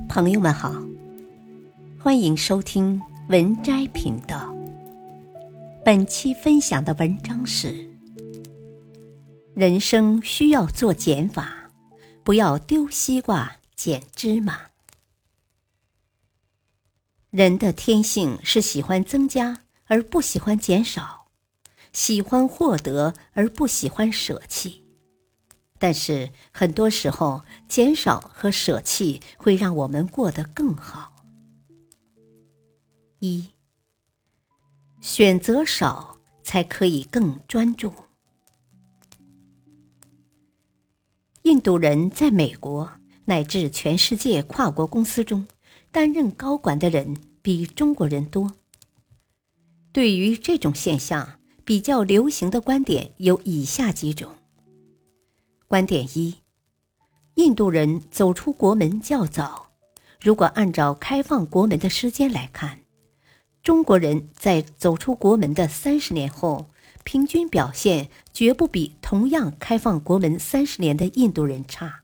朋友们好，欢迎收听文摘频道。本期分享的文章是：人生需要做减法，不要丢西瓜捡芝麻。人的天性是喜欢增加而不喜欢减少，喜欢获得而不喜欢舍弃。但是很多时候，减少和舍弃会让我们过得更好。一，选择少才可以更专注。印度人在美国乃至全世界跨国公司中担任高管的人比中国人多。对于这种现象，比较流行的观点有以下几种。观点一，印度人走出国门较早，如果按照开放国门的时间来看，中国人在走出国门的30年后，平均表现绝不比同样开放国门30年的印度人差。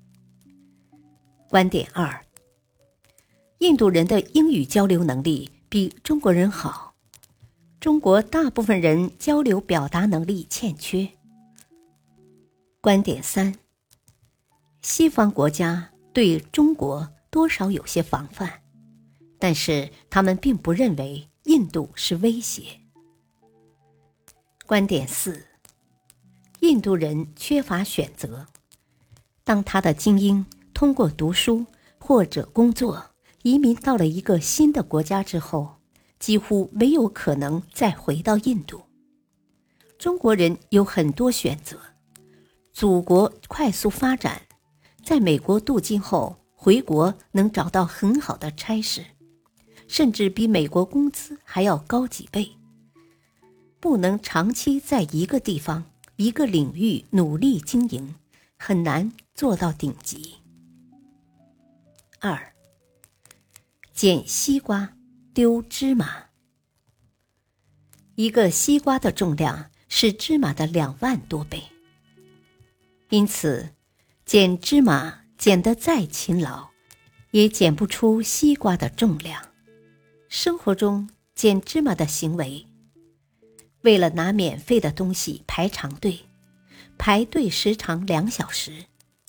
观点二，印度人的英语交流能力比中国人好，中国大部分人交流表达能力欠缺。观点三，西方国家对中国多少有些防范，但是他们并不认为印度是威胁。观点四，印度人缺乏选择，当他的精英通过读书或者工作移民到了一个新的国家之后，几乎没有可能再回到印度。中国人有很多选择，祖国快速发展，在美国镀金后回国能找到很好的差事，甚至比美国工资还要高几倍。不能长期在一个地方一个领域努力经营，很难做到顶级。二，捡西瓜丢芝麻。一个西瓜的重量是芝麻的2万多倍，因此捡芝麻捡得再勤劳，也捡不出西瓜的重量。生活中捡芝麻的行为，为了拿免费的东西排长队，排队时长2小时；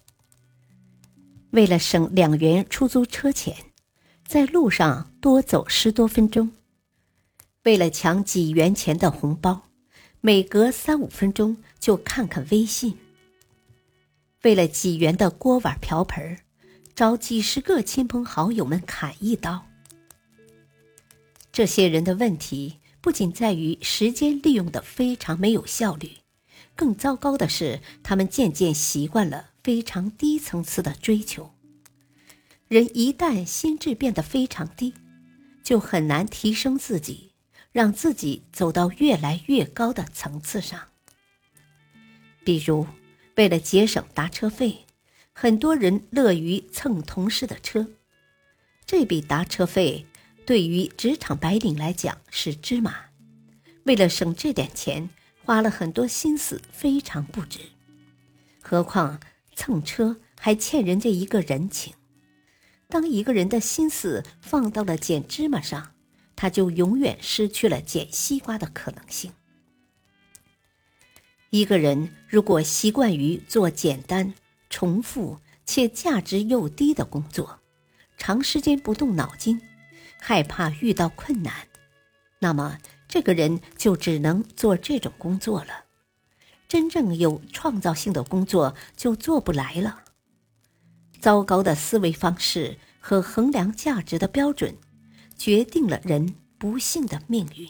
为了省2元出租车钱，在路上多走10多分钟；为了抢几元钱的红包，每隔3、5分钟就看看微信；为了几元的锅碗瓢盆，找几10个亲朋好友们砍一刀。这些人的问题不仅在于时间利用得非常没有效率，更糟糕的是他们渐渐习惯了非常低层次的追求。人一旦心智变得非常低，就很难提升自己，让自己走到越来越高的层次上。比如为了节省搭车费，很多人乐于蹭同事的车。这笔搭车费对于职场白领来讲是芝麻，为了省这点钱，花了很多心思，非常不值。何况蹭车还欠人家一个人情。当一个人的心思放到了捡芝麻上，他就永远失去了捡西瓜的可能性。一个人如果习惯于做简单、重复且价值又低的工作，长时间不动脑筋，害怕遇到困难，那么这个人就只能做这种工作了。真正有创造性的工作就做不来了。糟糕的思维方式和衡量价值的标准，决定了人不幸的命运。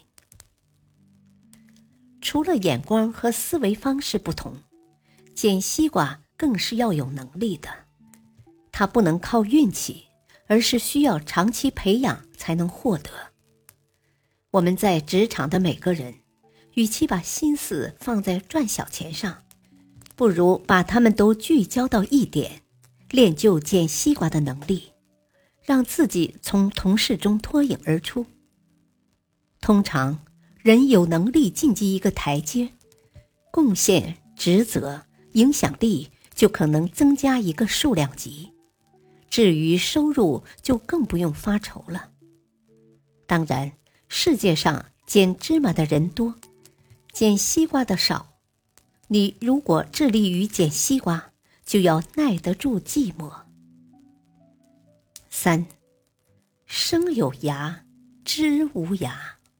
除了眼光和思维方式不同，捡西瓜更是要有能力的。它不能靠运气，而是需要长期培养才能获得。我们在职场的每个人，与其把心思放在赚小钱上，不如把它们都聚焦到一点，练就捡西瓜的能力，让自己从同事中脱颖而出。通常人有能力晋级一个台阶，贡献、职责、影响力就可能增加一个数量级。 至于收入就更不用发愁了。当然，世界上捡芝麻的人多，捡西瓜的少。你如果致力于捡西瓜，就要耐得住寂寞。3. 生有涯，知无涯。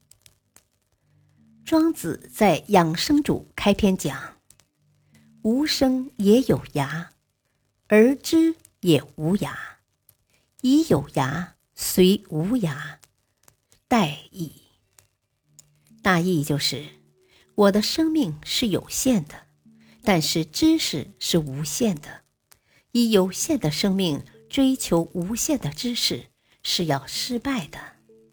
庄子在养生主开篇讲，无生也有涯，而知也无涯，以有涯随无涯，殆矣。大意就是，我的生命是有限的，但是知识是无限的。以有限的生命追求无限的知识，是要失败的。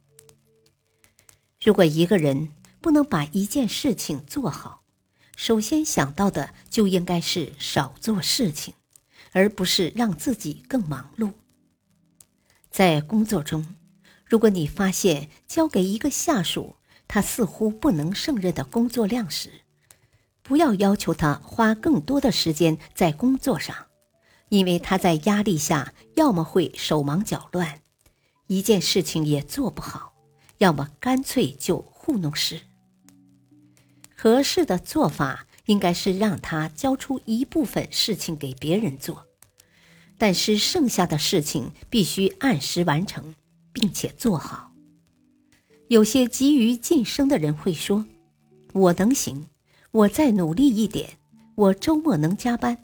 如果一个人不能把一件事情做好，首先想到的就应该是少做事情，而不是让自己更忙碌。在工作中，如果你发现交给一个下属他似乎不能胜任的工作量时，不要要求他花更多的时间在工作上，因为他在压力下要么会手忙脚乱，一件事情也做不好，要么干脆就糊弄事。合适的做法应该是让他交出一部分事情给别人做，但是剩下的事情必须按时完成，并且做好。有些急于晋升的人会说，我能行，我再努力一点，我周末能加班。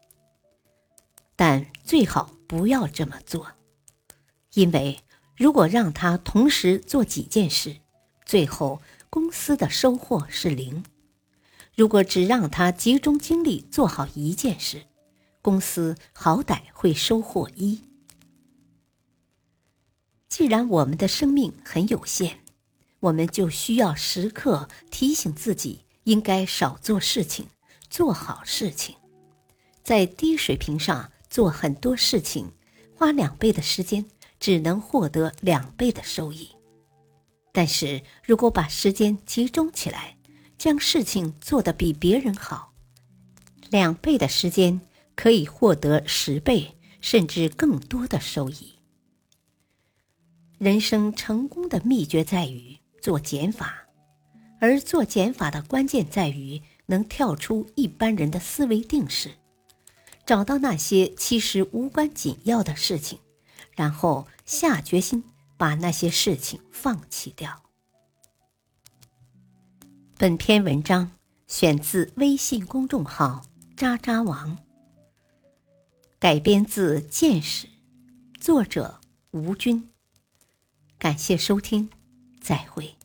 但最好不要这么做，因为如果让他同时做几件事，最后公司的收获是0。如果只让他集中精力做好一件事，公司好歹会收获1。既然我们的生命很有限，我们就需要时刻提醒自己应该少做事情，做好事情。在低水平上做很多事情，花2倍的时间，只能获得2倍的收益。但是如果把时间集中起来，将事情做得比别人好，2倍的时间可以获得10倍甚至更多的收益。人生成功的秘诀在于做减法，而做减法的关键在于能跳出一般人的思维定式，找到那些其实无关紧要的事情，然后下决心把那些事情放弃掉。本篇文章选自微信公众号渣渣王，改编自见识，作者吴军。感谢收听，再会。